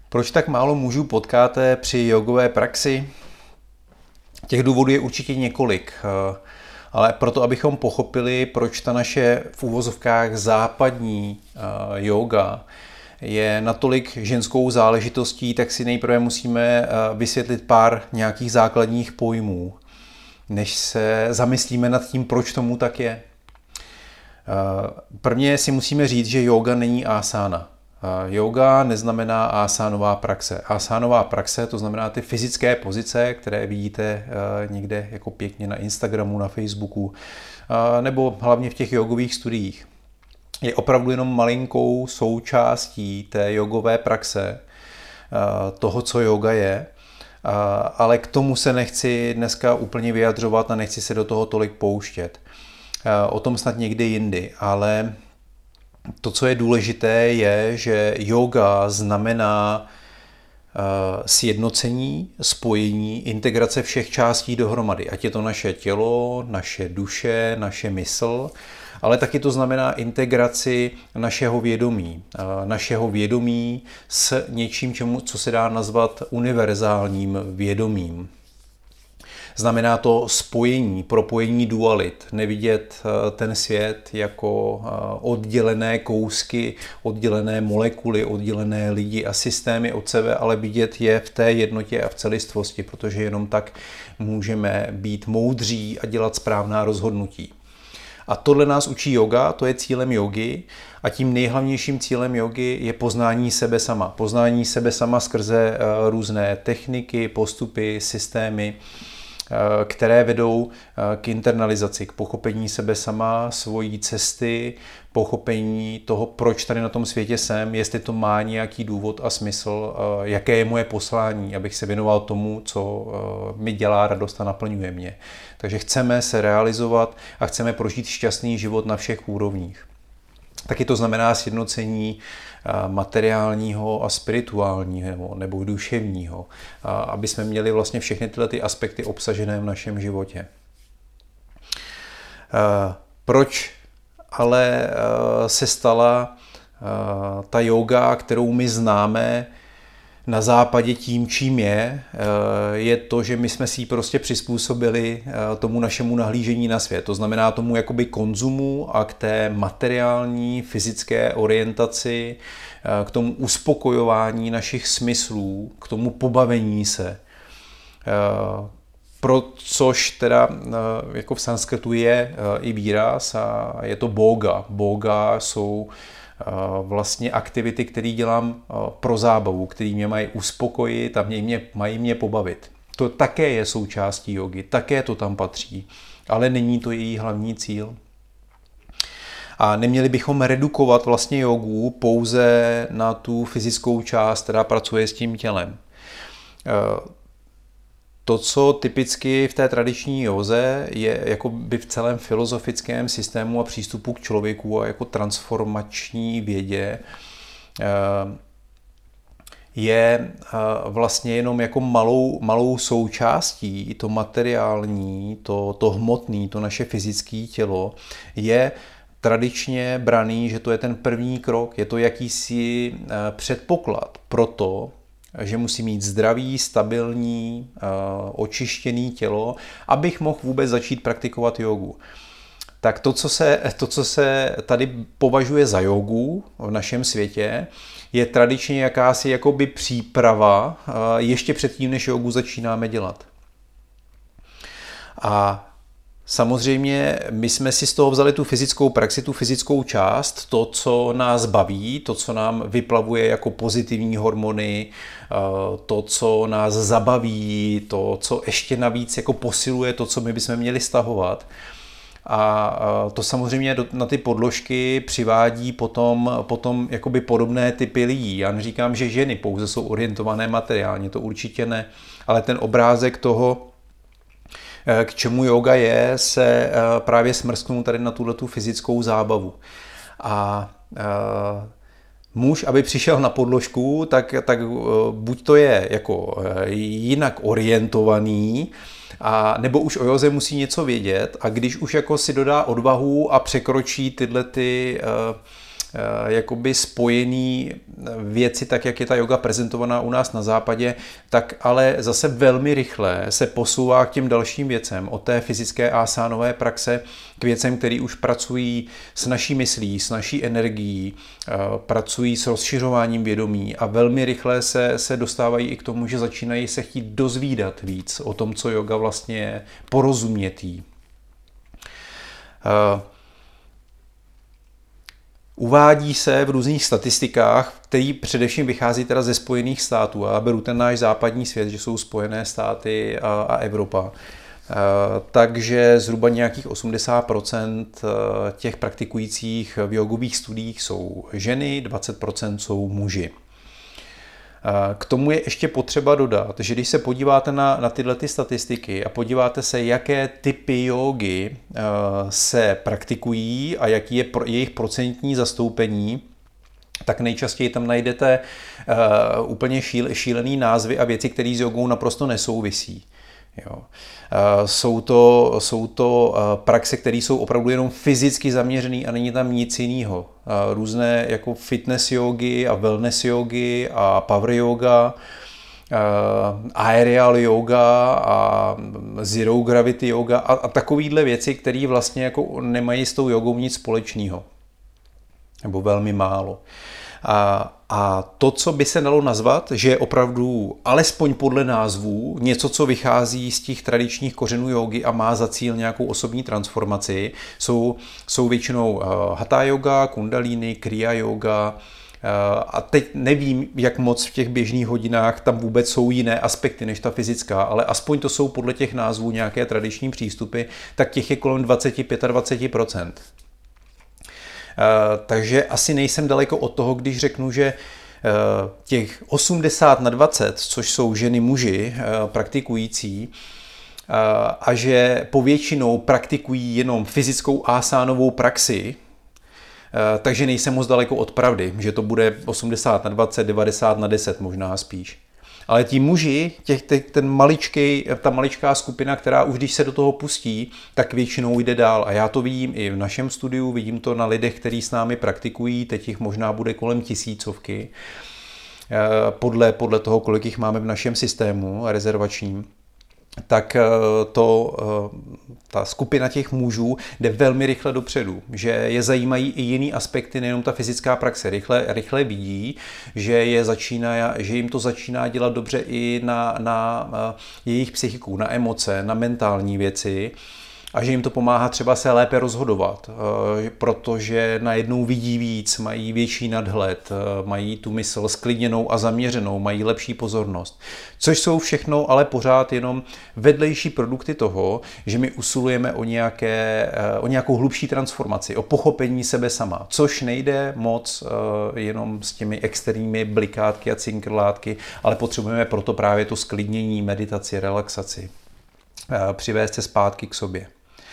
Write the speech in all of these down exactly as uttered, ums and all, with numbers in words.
Proč tak málo mužů potkáte při jogové praxi? Těch důvodů je určitě několik, ale proto, abychom pochopili, proč ta naše v úvozovkách západní yoga je natolik ženskou záležitostí, tak si nejprve musíme vysvětlit pár nějakých základních pojmů, než se zamyslíme nad tím, proč tomu tak je. Prvně si musíme říct, že yoga není asana. Yoga neznamená asánová praxe. Asánová praxe, to znamená ty fyzické pozice, které vidíte někde jako pěkně na Instagramu, na Facebooku, nebo hlavně v těch jogových studiích, je opravdu jenom malinkou součástí té jogové praxe, toho, co yoga je, ale k tomu se nechci dneska úplně vyjadřovat a nechci se do toho tolik pouštět. O tom snad někdy jindy, ale to, co je důležité, je, že yoga znamená sjednocení, spojení, integrace všech částí dohromady. Ať je to naše tělo, naše duše, naše mysl, ale taky to znamená integraci našeho vědomí. Našeho vědomí s něčím, čemu, co se dá nazvat univerzálním vědomím. Znamená to spojení, propojení dualit, nevidět ten svět jako oddělené kousky, oddělené molekuly, oddělené lidi a systémy od sebe, ale vidět je v té jednotě a v celistvosti, protože jenom tak můžeme být moudří a dělat správná rozhodnutí. A tohle nás učí yoga, to je cílem jogy a tím nejhlavnějším cílem jogy je poznání sebe sama. Poznání sebe sama skrze různé techniky, postupy, systémy, které vedou k internalizaci, k pochopení sebe sama, svojí cesty, pochopení toho, proč tady na tom světě jsem, jestli to má nějaký důvod a smysl, jaké je moje poslání, abych se věnoval tomu, co mi dělá radost a naplňuje mě. Takže chceme se realizovat a chceme prožít šťastný život na všech úrovních. Taky to znamená sjednocení materiálního a spirituálního nebo duševního, aby jsme měli vlastně všechny tyhle ty aspekty obsažené v našem životě. Proč ale se stala ta yoga, kterou my známe na západě tím, čím je, je to, že my jsme si ji prostě přizpůsobili tomu našemu nahlížení na svět. To znamená tomu jakoby konzumu a k té materiální, fyzické orientaci, k tomu uspokojování našich smyslů, k tomu pobavení se. Pro což teda jako v sanskritu je i výraz a je to boga. Boga jsou vlastně aktivity, které dělám pro zábavu, které mě mají uspokojit a mě, mají mě pobavit. To také je součástí jogy, také to tam patří, ale není to její hlavní cíl. A neměli bychom redukovat vlastně jogu pouze na tu fyzickou část, která pracuje s tím tělem. To, co typicky v té tradiční józe je jako by v celém filozofickém systému a přístupu k člověku a jako transformační vědě, je vlastně jenom jako malou, malou součástí, to materiální, to, to hmotné, to naše fyzické tělo, je tradičně braný, že to je ten první krok, je to jakýsi předpoklad pro to, že musí mít zdravý, stabilní, očištěný tělo, abych mohl vůbec začít praktikovat jogu. Tak to, co se, to, co se tady považuje za jogu v našem světě, je tradičně jakási jakoby příprava ještě předtím, než jogu začínáme dělat. A samozřejmě my jsme si z toho vzali tu fyzickou praxi, tu fyzickou část, to, co nás baví, to, co nám vyplavuje jako pozitivní hormony, to, co nás zabaví, to, co ještě navíc jako posiluje to, co my bychom měli stahovat. A to samozřejmě na ty podložky přivádí potom, potom jakoby podobné typy lidí. Já neříkám, že ženy pouze jsou orientované materiálně, to určitě ne, ale ten obrázek toho, k čemu yoga je, se právě smrsknul tady na tuhletu fyzickou zábavu. A muž, aby přišel na podložku, tak, tak buď to je jako jinak orientovaný, a nebo už o józe musí něco vědět a když už jako si dodá odvahu a překročí tyhle ty jakoby spojený věci, tak jak je ta yoga prezentovaná u nás na západě, tak ale zase velmi rychle se posouvá k těm dalším věcem, od té fyzické asánové praxe k věcem, které už pracují s naší myslí, s naší energií, pracují s rozšiřováním vědomí a velmi rychle se, se dostávají i k tomu, že začínají se chtít dozvídat víc o tom, co yoga vlastně je, porozumět jí. Uvádí se v různých statistikách, který především vychází teda ze Spojených států, a beru ten náš západní svět, že jsou Spojené státy a, a Evropa. Takže zhruba nějakých osmdesát procent těch praktikujících v jogových studiích jsou ženy, dvacet procent jsou muži. K tomu je ještě potřeba dodat, že když se podíváte na, na tyhle ty statistiky a podíváte se, jaké typy jógy se praktikují a jaký je jejich procentní zastoupení, tak nejčastěji tam najdete uh, úplně šíl, šílený názvy a věci, které s jogou naprosto nesouvisí. Jo. Uh, jsou to, jsou to uh, praxe, které jsou opravdu jenom fyzicky zaměřené a není tam nic jiného. Uh, různé jako fitness jogy a wellness jogy a power yoga, uh, aerial yoga a zero gravity yoga a, a takovýhle věci, které vlastně jako nemají s tou jogou nic společného. Nebo velmi málo. A, a to, co by se dalo nazvat, že je opravdu, alespoň podle názvů, něco, co vychází z těch tradičních kořenů jógy a má za cíl nějakou osobní transformaci, jsou, jsou většinou uh, hatha yoga, kundalini, kriya yoga. Uh, a teď nevím, jak moc v těch běžných hodinách tam vůbec jsou jiné aspekty než ta fyzická, ale aspoň to jsou podle těch názvů nějaké tradiční přístupy, tak těch je kolem dvacet až dvacet pět procent. Uh, takže asi nejsem daleko od toho, když řeknu, že uh, těch osmdesát na dvacet, což jsou ženy muži uh, praktikující, uh, a že povětšinou praktikují jenom fyzickou asánovou praxi, uh, takže nejsem moc daleko od pravdy, že to bude osmdesát na dvacet, devadesát na deset možná spíš. Ale ti muži, těch, těch, ten maličkej, ta maličká skupina, která už když se do toho pustí, tak většinou jde dál. A já to vidím i v našem studiu, vidím to na lidech, kteří s námi praktikují, teď jich možná bude kolem tisícovky, podle, podle toho, kolik jich máme v našem systému rezervačním. Tak to, ta skupina těch mužů jde velmi rychle dopředu, že je zajímají i jiný aspekty, nejenom ta fyzická praxe. Rychle, rychle vidí, že, je začíná, že jim to začíná dělat dobře i na, na jejich psychiku, na emoce, na mentální věci. A že jim to pomáhá třeba se lépe rozhodovat, protože najednou vidí víc, mají větší nadhled, mají tu mysl sklidněnou a zaměřenou, mají lepší pozornost. Což jsou všechno ale pořád jenom vedlejší produkty toho, že my usilujeme o, nějaké, o nějakou hlubší transformaci, o pochopení sebe sama, což nejde moc jenom s těmi externími blikátky a cinkrlátky, ale potřebujeme proto právě to sklidnění, meditaci, relaxaci, přivést se zpátky k sobě.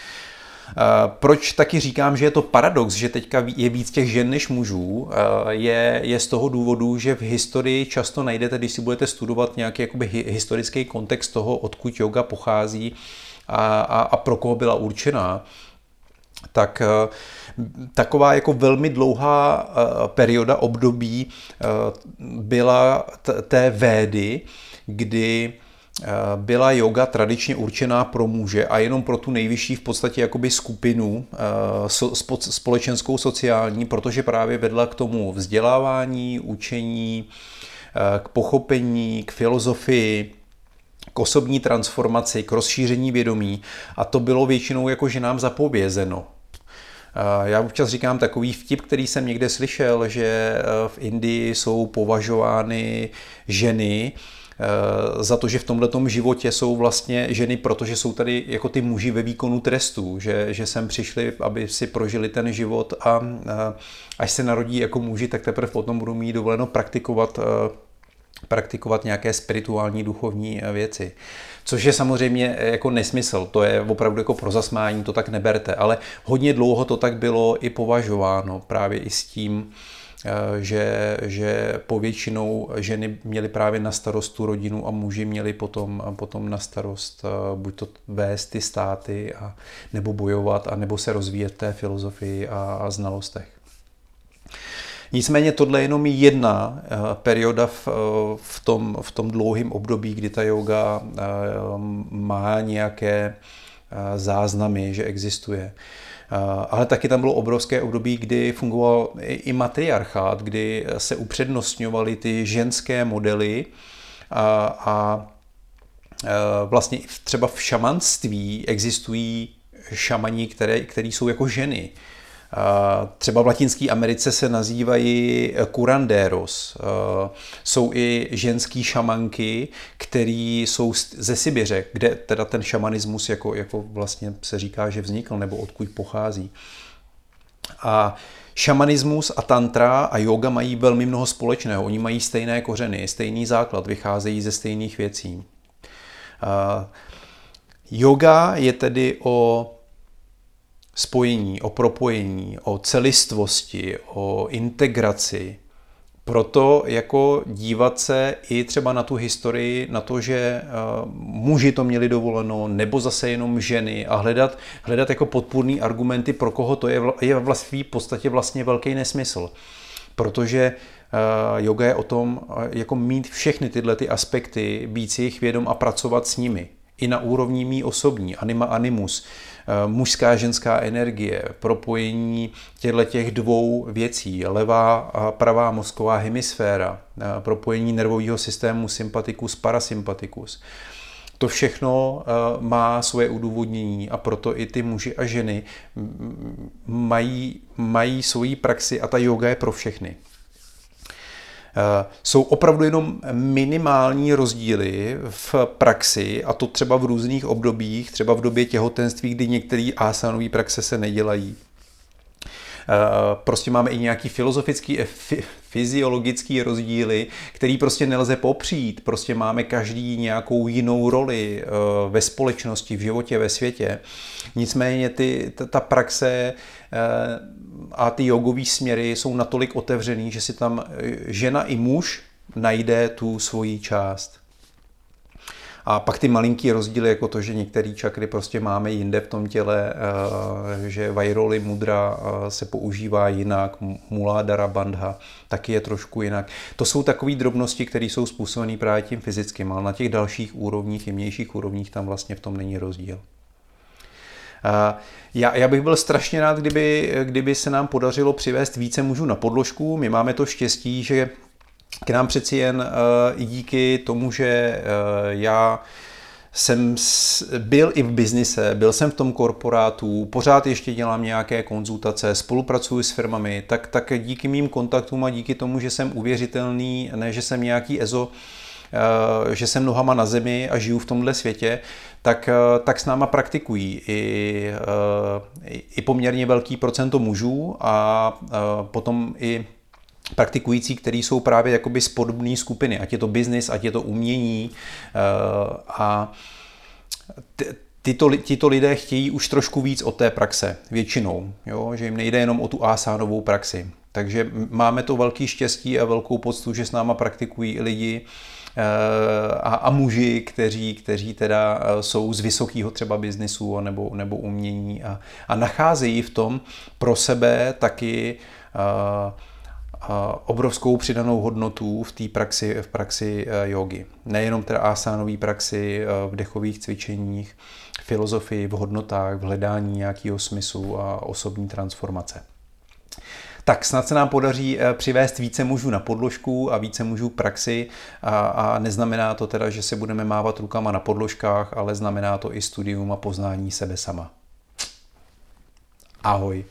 Proč taky říkám, že je to paradox, že teďka je víc těch žen než mužů, je, je z toho důvodu, že v historii často najdete, když si budete studovat nějaký jakoby historický kontext toho, odkud yoga pochází a, a, a pro koho byla určená, tak taková jako velmi dlouhá perioda období byla té Védy, kdy byla yoga tradičně určená pro muže a jenom pro tu nejvyšší v podstatě jakoby skupinu společenskou, sociální, protože právě vedla k tomu vzdělávání, učení, k pochopení, k filozofii, k osobní transformaci, k rozšíření vědomí a to bylo většinou jako ženám zapovězeno. Já občas říkám takový vtip, který jsem někde slyšel, že v Indii jsou považovány ženy za to, že v tomhletom životě jsou vlastně ženy, protože jsou tady jako ty muži ve výkonu trestu, že, že sem přišli, aby si prožili ten život a až se narodí jako muži, tak teprve potom budou mít dovoleno praktikovat, praktikovat nějaké spirituální duchovní věci. Což je samozřejmě jako nesmysl, to je opravdu jako pro zasmání, to tak neberte, ale hodně dlouho to tak bylo i považováno právě i s tím, Že, že povětšinou ženy měly právě na starost tu rodinu a muži měli potom, potom na starost buď to vést ty státy a, nebo bojovat a nebo se rozvíjet v té filozofii a, a znalostech. Nicméně tohle je jenom jedna perioda v, v tom, v tom dlouhém období, kdy ta yoga má nějaké záznamy, že existuje. Ale taky tam bylo obrovské období, kdy fungoval i matriarchát, kdy se upřednostňovaly ty ženské modely a, a vlastně třeba v šamanství existují šamani, které, které jsou jako ženy. Třeba v Latinské Americe se nazývají curanderos. Jsou i ženský šamanky, které jsou ze Sibiře, kde teda ten šamanismus jako, jako vlastně se říká, že vznikl, nebo odkud pochází. A šamanismus a tantra a yoga mají velmi mnoho společného. Oni mají stejné kořeny, stejný základ, vycházejí ze stejných věcí. Yoga je tedy o spojení, o propojení, o celistvosti, o integraci. Proto jako dívat se i třeba na tu historii, na to, že uh, muži to měli dovoleno, nebo zase jenom ženy a hledat, hledat jako podpůrný argumenty, pro koho to je, je vlastně v podstatě vlastně velký nesmysl. Protože uh, yoga je o tom, uh, jako mít všechny tyhle ty aspekty, být si jich vědom a pracovat s nimi. I na úrovni mý osobní, anima animus, mužská a ženská energie, propojení těchto těch dvou věcí, levá a pravá mozková hemisféra, propojení nervového systému sympatikus, parasympatikus. To všechno má svoje udůvodnění a proto i ty muži a ženy mají, mají svoji praxi a ta yoga je pro všechny. Jsou opravdu jenom minimální rozdíly v praxi a to třeba v různých obdobích, třeba v době těhotenství, kdy některé asanové praxe se nedělají. Prostě máme i nějaký filozofický, fyziologický rozdíly, který prostě nelze popřít. Prostě máme každý nějakou jinou roli ve společnosti, v životě, ve světě. Nicméně ty, ta praxe a ty jogové směry jsou natolik otevřený, že si tam žena i muž najde tu svoji část. A pak ty malinký rozdíly, jako to, že některé čakry prostě máme jinde v tom těle, že vajroli mudra se používá jinak, muládara bandha taky je trošku jinak. To jsou takové drobnosti, které jsou způsobené právě tím fyzickým, ale na těch dalších úrovních, jemnějších úrovních tam vlastně v tom není rozdíl. Já, já bych byl strašně rád, kdyby, kdyby se nám podařilo přivést více mužů na podložku. My máme to štěstí, že k nám přeci jen i díky tomu, že já jsem byl i v biznise, byl jsem v tom korporátu, pořád ještě dělám nějaké konzultace, spolupracuji s firmami, tak, tak díky mým kontaktům a díky tomu, že jsem uvěřitelný, ne, že jsem nějaký ezo, že jsem nohama na zemi a žiju v tomhle světě, tak, tak s náma praktikují i, i poměrně velký procento mužů a potom i praktikující, kteří jsou právě jakoby z podobné skupiny, ať je to biznis, ať je to umění a tyto, tyto lidé chtějí už trošku víc od té praxe, většinou, jo? Že jim nejde jenom o tu asánovou praxi. Takže máme to velký štěstí a velkou poctu, že s náma praktikují i lidi a, a muži, kteří, kteří teda jsou z vysokého třeba biznisu nebo, nebo umění a, a nacházejí v tom pro sebe taky a, a obrovskou přidanou hodnotu v té praxi, v praxi jógy. Nejenom teda asánové praxi, v dechových cvičeních, filozofii, v hodnotách, v hledání nějakého smyslu a osobní transformace. Tak snad se nám podaří přivést více mužů na podložku a více mužů k praxi a, a neznamená to teda, že se budeme mávat rukama na podložkách, ale znamená to i studium a poznání sebe sama. Ahoj.